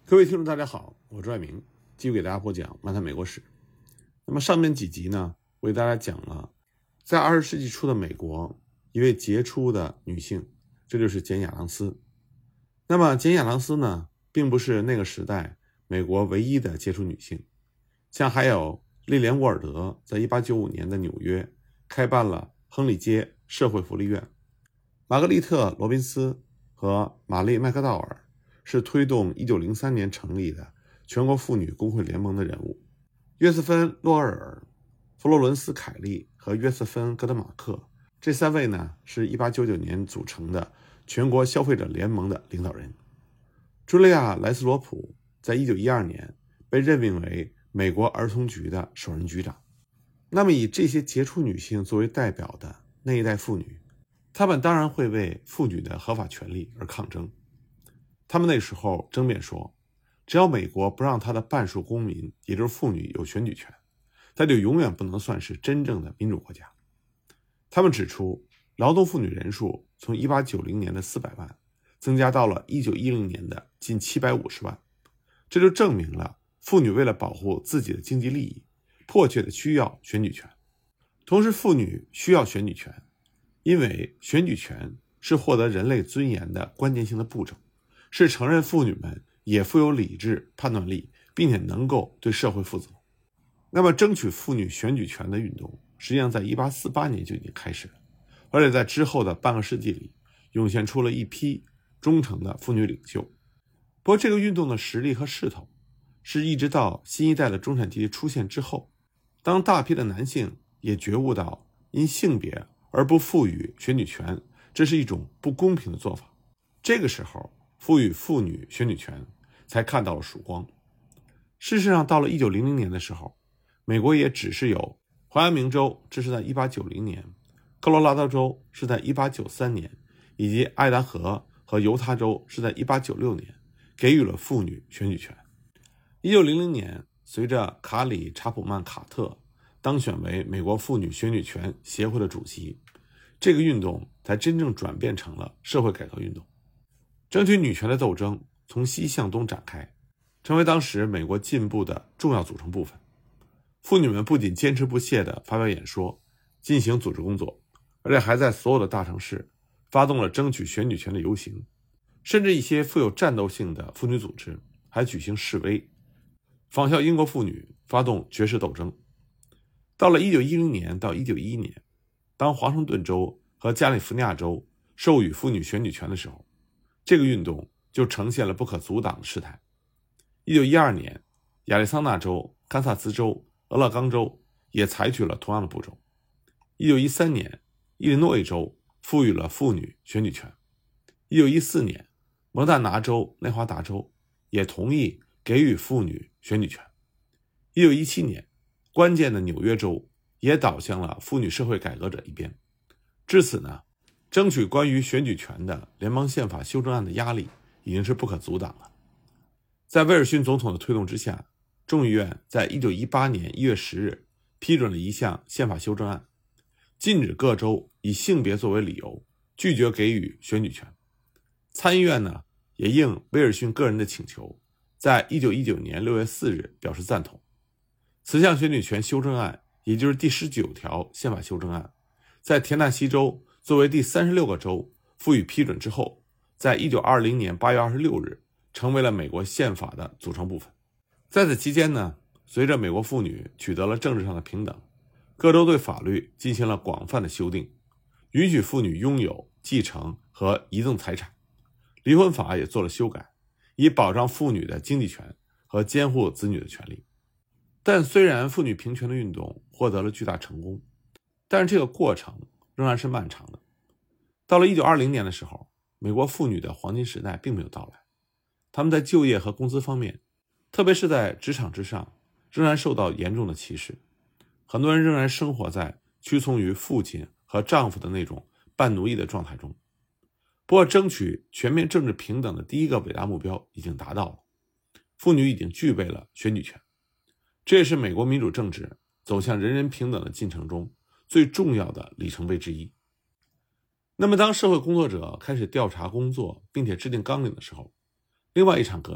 各位听众大家好，我是朱爱明，继续给大家播讲漫谈美国史。那么上面几集呢，我给大家讲了在20世纪初的美国一位杰出的女性，这就是简·亚当斯。那么简·亚当斯呢，并不是那个时代美国唯一的杰出女性，像还有莉莲·沃尔德在1895年的纽约开办了亨利街社会福利院，玛格丽特·罗宾斯和玛丽·麦克道尔是推动1903年成立的全国妇女工会联盟的人物。约瑟芬·洛厄尔、弗洛伦斯·凯利和约瑟芬·戈德马克这三位呢，是1899年组成的全国消费者联盟的领导人。茱莉亚·莱斯罗普在1912年被任命为美国儿童局的首任局长。那么以这些杰出女性作为代表的那一代妇女，她们当然会为妇女的合法权利而抗争。他们那时候争辩说，只要美国不让他的半数公民，也就是妇女有选举权，他就永远不能算是真正的民主国家。他们指出，劳动妇女人数从1890年的400万增加到了1910年的近750万，这就证明了妇女为了保护自己的经济利益，迫切的需要选举权。同时妇女需要选举权，因为选举权是获得人类尊严的关键性的步骤，是承认妇女们也富有理智、判断力，并且能够对社会负责。那么争取妇女选举权的运动实际上在1848年就已经开始了，而且在之后的半个世纪里涌现出了一批忠诚的妇女领袖。不过这个运动的实力和势头是一直到新一代的中产阶级出现之后，当大批的男性也觉悟到因性别而不赋予选举权，这是一种不公平的做法，这个时候赋予妇女选举权才看到了曙光。事实上到了1900年的时候，美国也只是有怀俄明州，这是在1890年，科罗拉多州是在1893年，以及爱达荷和犹他州是在1896年给予了妇女选举权。1900年，随着卡里·查普曼·卡特当选为美国妇女选举权协会的主席，这个运动才真正转变成了社会改革运动。争取女权的斗争从西向东展开，成为当时美国进步的重要组成部分。妇女们不仅坚持不懈地发表演说，进行组织工作，而且还在所有的大城市发动了争取选举权的游行，甚至一些富有战斗性的妇女组织还举行示威，仿效英国妇女发动绝食斗争。到了1910年到1911年，当华盛顿州和加利福尼亚州授予妇女选举权的时候，这个运动就呈现了不可阻挡的势态。1912年，亚利桑那州、堪萨斯州、俄勒冈州也采取了同样的步骤。1913年，伊利诺伊州赋予了妇女选举权。1914年，蒙大拿州、内华达州也同意给予妇女选举权。1917年，关键的纽约州也倒向了妇女社会改革者一边。至此呢，争取关于选举权的联邦宪法修正案的压力已经是不可阻挡了。在威尔逊总统的推动之下，众议院在1918年1月10日批准了一项宪法修正案，禁止各州以性别作为理由拒绝给予选举权。参议院呢，也应威尔逊个人的请求，在1919年6月4日表示赞同。此项选举权修正案，也就是第19条宪法修正案，在田纳西州作为第36个州赋予批准之后，在1920年8月26日成为了美国宪法的组成部分。在此期间呢，随着美国妇女取得了政治上的平等，各州对法律进行了广泛的修订，允许妇女拥有、继承和遗赠财产。离婚法也做了修改，以保障妇女的经济权和监护子女的权利。但虽然妇女平权的运动获得了巨大成功，但是这个过程仍然是漫长的。到了1920年的时候，美国妇女的黄金时代并没有到来，她们在就业和工资方面，特别是在职场之上，仍然受到严重的歧视。很多人仍然生活在屈从于父亲和丈夫的那种半奴役的状态中。不过争取全面政治平等的第一个伟大目标已经达到了，妇女已经具备了选举权。这也是美国民主政治走向人人平等的进程中最重要的里程碑之一。那么当社会工作者开始调查工作并且制定纲领的时候，另外一场革命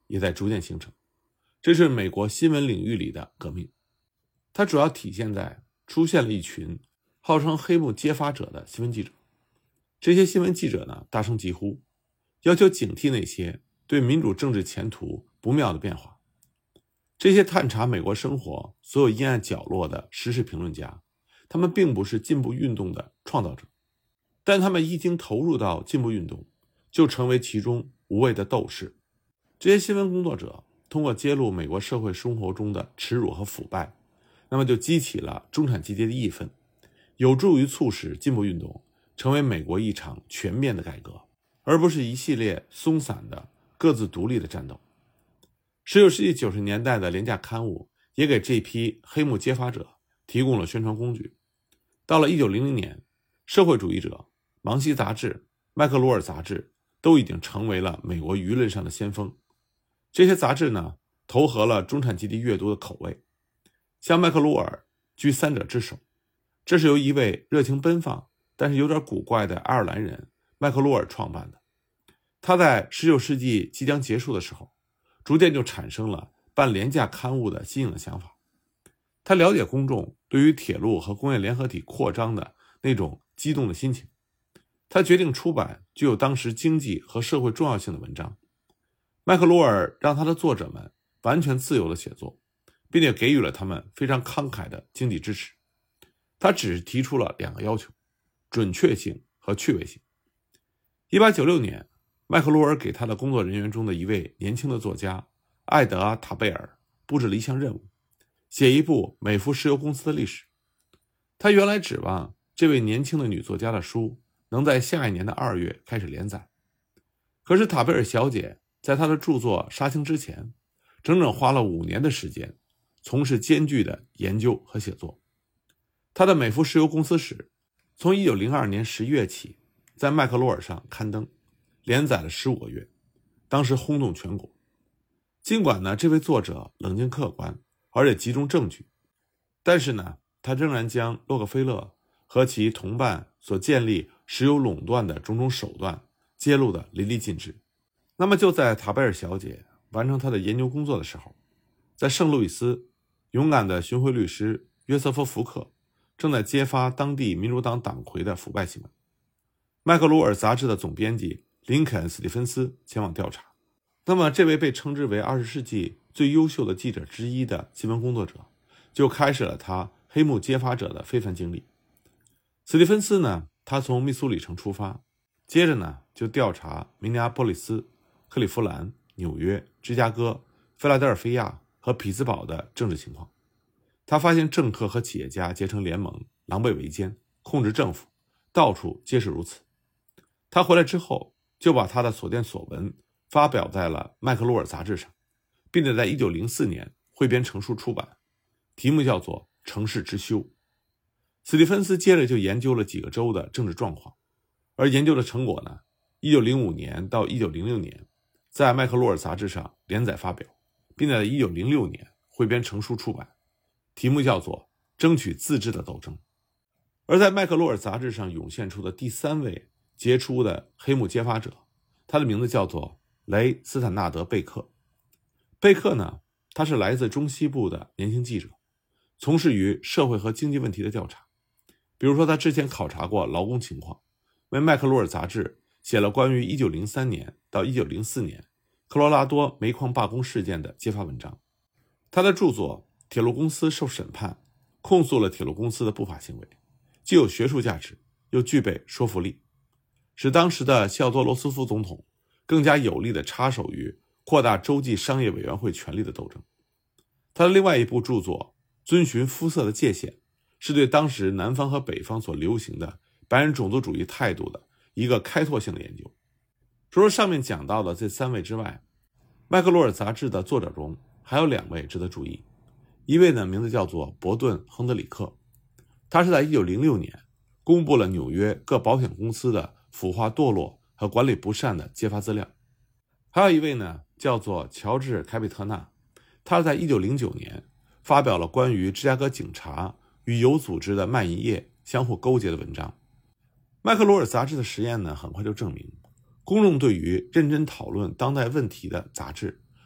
也在逐渐形成。这是美国新闻领域里的革命，它主要体现在出现了一群号称黑幕揭发者的新闻记者。这些新闻记者呢，大声疾呼，要求警惕那些对民主政治前途不妙的变化。这些探查美国生活所有阴暗角落的时事评论家，他们并不是进步运动的创造者，但他们一经投入到进步运动，就成为其中无谓的斗士。这些新闻工作者通过揭露美国社会生活中的耻辱和腐败，那么就激起了中产阶级的义愤，有助于促使进步运动成为美国一场全面的改革，而不是一系列松散的各自独立的战斗。19世纪90年代的廉价刊物也给这批黑幕揭发者提供了宣传工具。到了1900年，社会主义者、芒西杂志、麦克卢尔杂志都已经成为了美国舆论上的先锋。这些杂志呢，投合了中产阶级阅读的口味。像麦克卢尔居三者之首，这是由一位热情奔放但是有点古怪的爱尔兰人麦克卢尔创办的。他在19世纪即将结束的时候，逐渐就产生了办廉价刊物的新颖的想法。他了解公众对于铁路和工业联合体扩张的那种激动的心情，他决定出版具有当时经济和社会重要性的文章。麦克卢尔让他的作者们完全自由的写作，并且给予了他们非常慷慨的经济支持。他只是提出了2个要求：准确性和趣味性。1896年，麦克卢尔给他的工作人员中的一位年轻的作家艾德·塔贝尔布置了一项任务，写一部美孚石油公司的历史。他原来指望这位年轻的女作家的书能在下一年的2月开始连载，可是塔贝尔小姐在她的著作杀青之前，整整花了5年的时间从事艰巨的研究和写作。他的美孚石油公司史从1902年11月起在麦克卢尔上刊登，连载了15个月，当时轰动全国。尽管呢，这位作者冷静客观，而且集中证据，但是呢，他仍然将洛克菲勒和其同伴所建立石油垄断的种种手段揭露得淋漓尽致。那么就在塔贝尔小姐完成她的研究工作的时候，在圣路易斯，勇敢的巡回律师约瑟夫·福克正在揭发当地民主党党魁的腐败行为。麦克卢尔杂志的总编辑林肯·史蒂芬斯前往调查。那么这位被称之为20世纪最优秀的记者之一的新闻工作者，就开始了他黑幕揭发者的非凡经历。史蒂芬斯呢，他从密苏里城出发，接着呢就调查明尼阿波利斯、克利夫兰、纽约、芝加哥、菲拉德尔菲亚和匹兹堡的政治情况。他发现政客和企业家结成联盟，狼狈为奸，控制政府，到处皆是如此。他回来之后，就把他的所见所闻发表在了麦克卢尔杂志上，并且在1904年汇编成书出版，题目叫做《城市之修》。史蒂芬斯接着就研究了几个州的政治状况，而研究的成果呢，1905年到1906年在麦克卢尔杂志上连载发表，并在1906年汇编成书出版，题目叫做《争取自治的斗争》。而在麦克卢尔杂志上涌现出的第3位杰出的黑幕揭发者，他的名字叫做雷斯坦纳德·贝克。贝克呢，他是来自中西部的年轻记者，从事于社会和经济问题的调查。比如说，他之前考察过劳工情况，为麦克卢尔杂志写了关于1903年到1904年科罗拉多煤矿罢工事件的揭发文章。他的著作《铁路公司受审判》控诉了铁路公司的不法行为，既有学术价值，又具备说服力，使当时的西奥多·罗斯福总统更加有力地插手于扩大洲际商业委员会权力的斗争。他的另外一部著作《遵循肤色的界限》是对当时南方和北方所流行的白人种族主义态度的一个开拓性的研究。除了上面讲到的这3位之外，麦克卢尔杂志的作者中还有2位值得注意。一位呢，名字叫做伯顿·亨德里克，他是在1906年公布了纽约各保险公司的腐化堕落和管理不善的揭发资料。还有一位呢，叫做乔治·凯比特纳，他是在1909年发表了关于芝加哥警察与有组织的卖淫业相互勾结的文章。麦克卢尔杂志的实验呢，很快就证明，公众对于认真讨论当代问题的杂志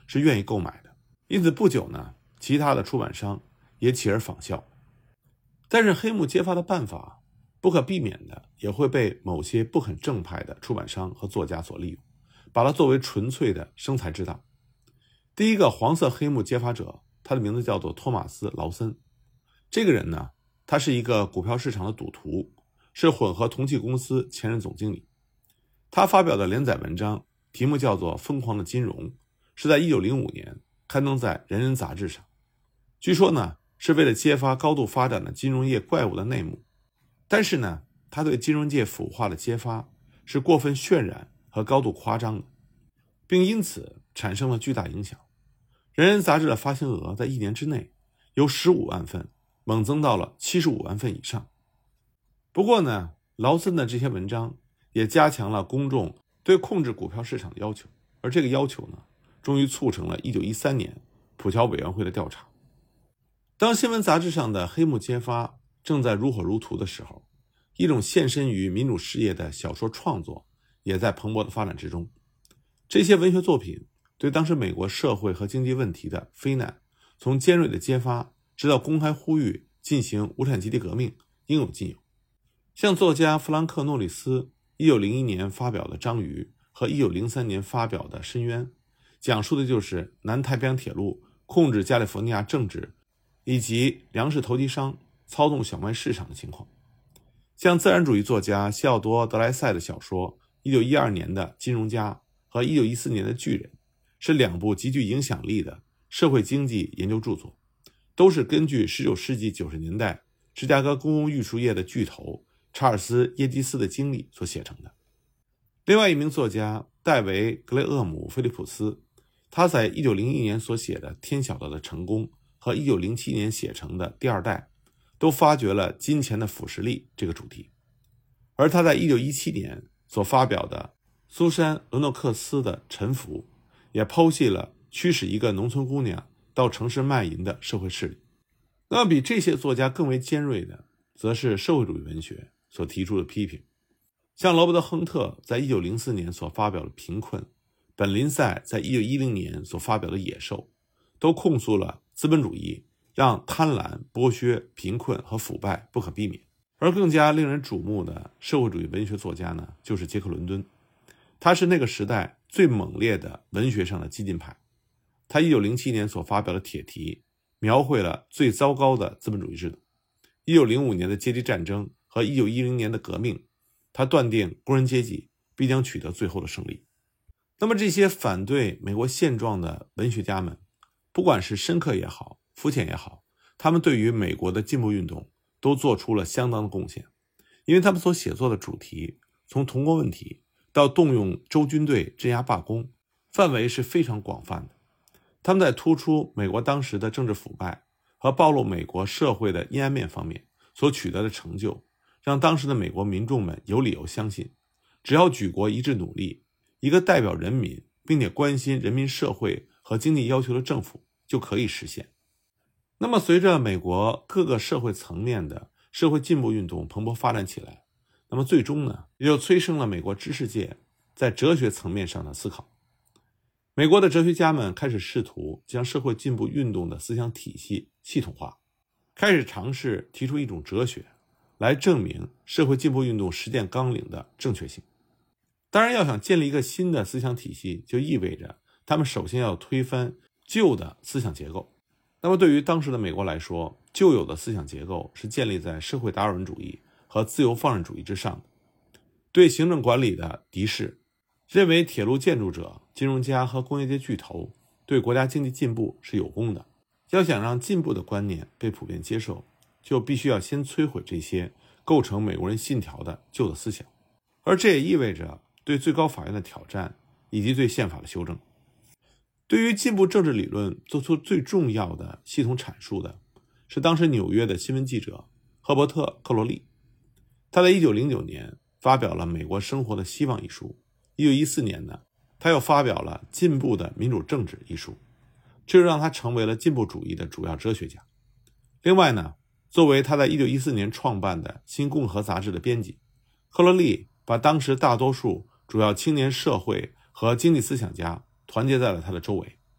是愿意购买的，因此不久呢，其他的出版商也起而仿效。但是黑幕揭发的办法不可避免的也会被某些不很正派的出版商和作家所利用，把它作为纯粹的生财之道。第一个黄色黑幕揭发者，他的名字叫做托马斯·劳森。这个人呢，他是一个股票市场的赌徒，是混合铜器公司前任总经理。他发表的连载文章题目叫做《疯狂的金融》，是在1905年刊登在《人人》杂志上。据说呢，是为了揭发高度发展的金融业怪物的内幕。但是呢，他对金融界腐化的揭发是过分渲染和高度夸张的，并因此产生了巨大影响。《人人》杂志的发行额在1年之内由15万份猛增到了75万份以上。不过呢，劳森的这些文章也加强了公众对控制股票市场的要求，而这个要求呢，终于促成了1913年普乔委员会的调查。当新闻杂志上的黑幕揭发正在如火如荼的时候，一种献身于民主事业的小说创作也在蓬勃的发展之中。这些文学作品对当时美国社会和经济问题的非难，从尖锐的揭发直到公开呼吁进行无产阶级革命，应有尽有。像作家弗兰克·诺里斯1901年发表的《章鱼》和1903年发表的《深渊》，讲述的就是南太平洋铁路控制加利福尼亚政治以及粮食投机商操纵小麦市场的情况。像自然主义作家西奥多·德莱塞的小说1912年的《金融家》和1914年的《巨人》，是两部极具影响力的社会经济研究著作，都是根据19世纪90年代芝加哥公共运输业的巨头查尔斯·耶基斯的经历所写成的。另外一名作家戴维·格雷厄姆·菲利普斯，他在1901年所写的《天晓得的成功》和1907年写成的《第二代》，都发掘了金钱的腐蚀力这个主题。而他在1917年所发表的苏珊·伦诺克斯的《沉浮》，也剖析了驱使一个农村姑娘到城市卖淫的社会势力。那么比这些作家更为尖锐的，则是社会主义文学所提出的批评。像罗伯特·亨特在1904年所发表的《贫困》，本林塞在1910年所发表的《野兽》，都控诉了资本主义让贪婪、剥削、贫困和腐败不可避免。而更加令人瞩目的社会主义文学作家呢，就是杰克·伦敦。他是那个时代最猛烈的文学上的激进派。他1907年所发表的《铁蹄》描绘了最糟糕的资本主义制度。1905年的阶级战争和1910年的革命，他断定工人阶级必将取得最后的胜利。那么这些反对美国现状的文学家们，不管是深刻也好，肤浅也好，他们对于美国的进步运动都做出了相当的贡献。因为他们所写作的主题，从童工问题到动用州军队镇压罢工，范围是非常广泛的。他们在突出美国当时的政治腐败和暴露美国社会的阴暗面方面所取得的成就，让当时的美国民众们有理由相信，只要举国一致努力，一个代表人民并且关心人民社会和经济要求的政府就可以实现。那么随着美国各个社会层面的社会进步运动蓬勃发展起来，那么最终呢，也就催生了美国知识界在哲学层面上的思考。美国的哲学家们开始试图将社会进步运动的思想体系系统化，开始尝试提出一种哲学来证明社会进步运动实践纲领的正确性。当然，要想建立一个新的思想体系，就意味着他们首先要推翻旧的思想结构。那么对于当时的美国来说，旧有的思想结构是建立在社会达尔文主义和自由放任主义之上的。对行政管理的敌视，认为铁路建筑者、金融家和工业界巨头对国家经济进步是有功的。要想让进步的观念被普遍接受，就必须要先摧毁这些构成美国人信条的旧的思想。而这也意味着对最高法院的挑战以及对宪法的修正。对于进步政治理论做出最重要的系统阐述的是当时纽约的新闻记者赫伯特·克罗利。他在1909年发表了《美国生活的希望》一书，1914年呢，他又发表了《进步的民主政治》一书，这就让他成为了进步主义的主要哲学家。另外呢，作为他在1914年创办的《新共和》杂志的编辑，克罗利把当时大多数主要青年社会和经济思想家团结在了他的周围。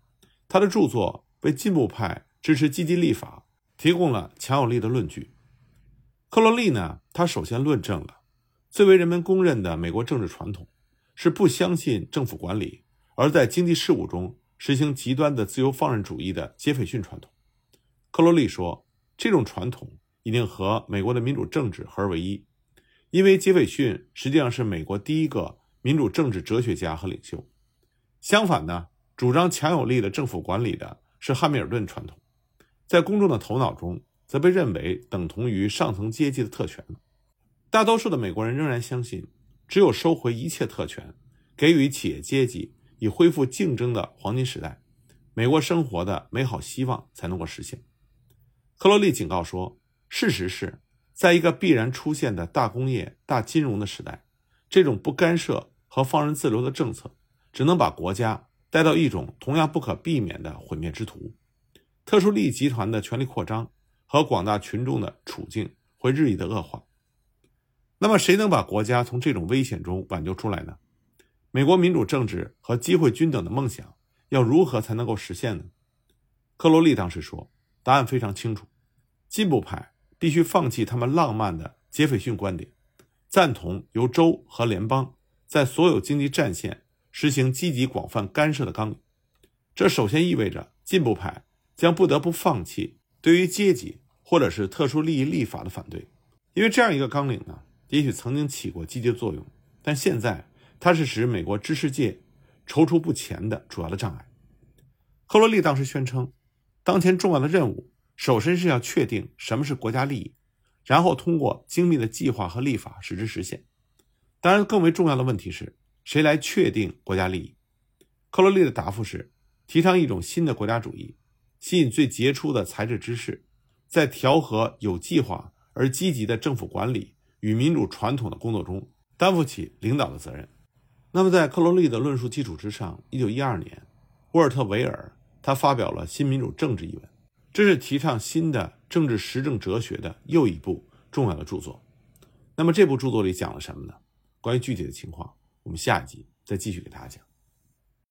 他的著作为进步派支持积极立法提供了强有力的论据。克罗利呢，他首先论证了最为人们公认的美国政治传统是不相信政府管理，而在经济事务中实行极端的自由放任主义的杰斐逊传统。克罗利说，这种传统已经和美国的民主政治合而为一，因为杰斐逊实际上是美国第一个民主政治哲学家和领袖。相反呢，主张强有力的政府管理的是汉密尔顿传统，在公众的头脑中则被认为等同于上层阶级的特权。大多数的美国人仍然相信，只有收回一切特权，给予企业阶级以恢复竞争的黄金时代，美国生活的美好希望才能够实现。克罗利警告说，事实是，在一个必然出现的大工业、大金融的时代，这种不干涉和放任自流的政策只能把国家带到一种同样不可避免的毁灭之途。特殊利益集团的权力扩张和广大群众的处境会日益的恶化。那么谁能把国家从这种危险中挽救出来呢？美国民主政治和机会均等的梦想要如何才能够实现呢？克罗利当时说，答案非常清楚，进步派必须放弃他们浪漫的杰斐逊观点，赞同由州和联邦在所有经济战线实行积极广泛干涉的纲领。这首先意味着进步派将不得不放弃对于阶级或者是特殊利益立法的反对，因为这样一个纲领呢，也许曾经起过积极的作用，但现在它是使美国知识界踌躇不前的主要的障碍。克罗利当时宣称，当前重要的任务首先是要确定什么是国家利益，然后通过精密的计划和立法使之实现。当然更为重要的问题是，谁来确定国家利益？克罗利的答复是，提倡一种新的国家主义，吸引最杰出的才智之士，在调和有计划而积极的政府管理与民主传统的工作中担负起领导的责任。那么在克罗利的论述基础之上，1912年沃尔特·维尔他发表了《新民主政治》一文，这是提倡新的政治实证哲学的又一部重要的著作。那么这部著作里讲了什么呢？关于具体的情况，我们下一集再继续给大家讲。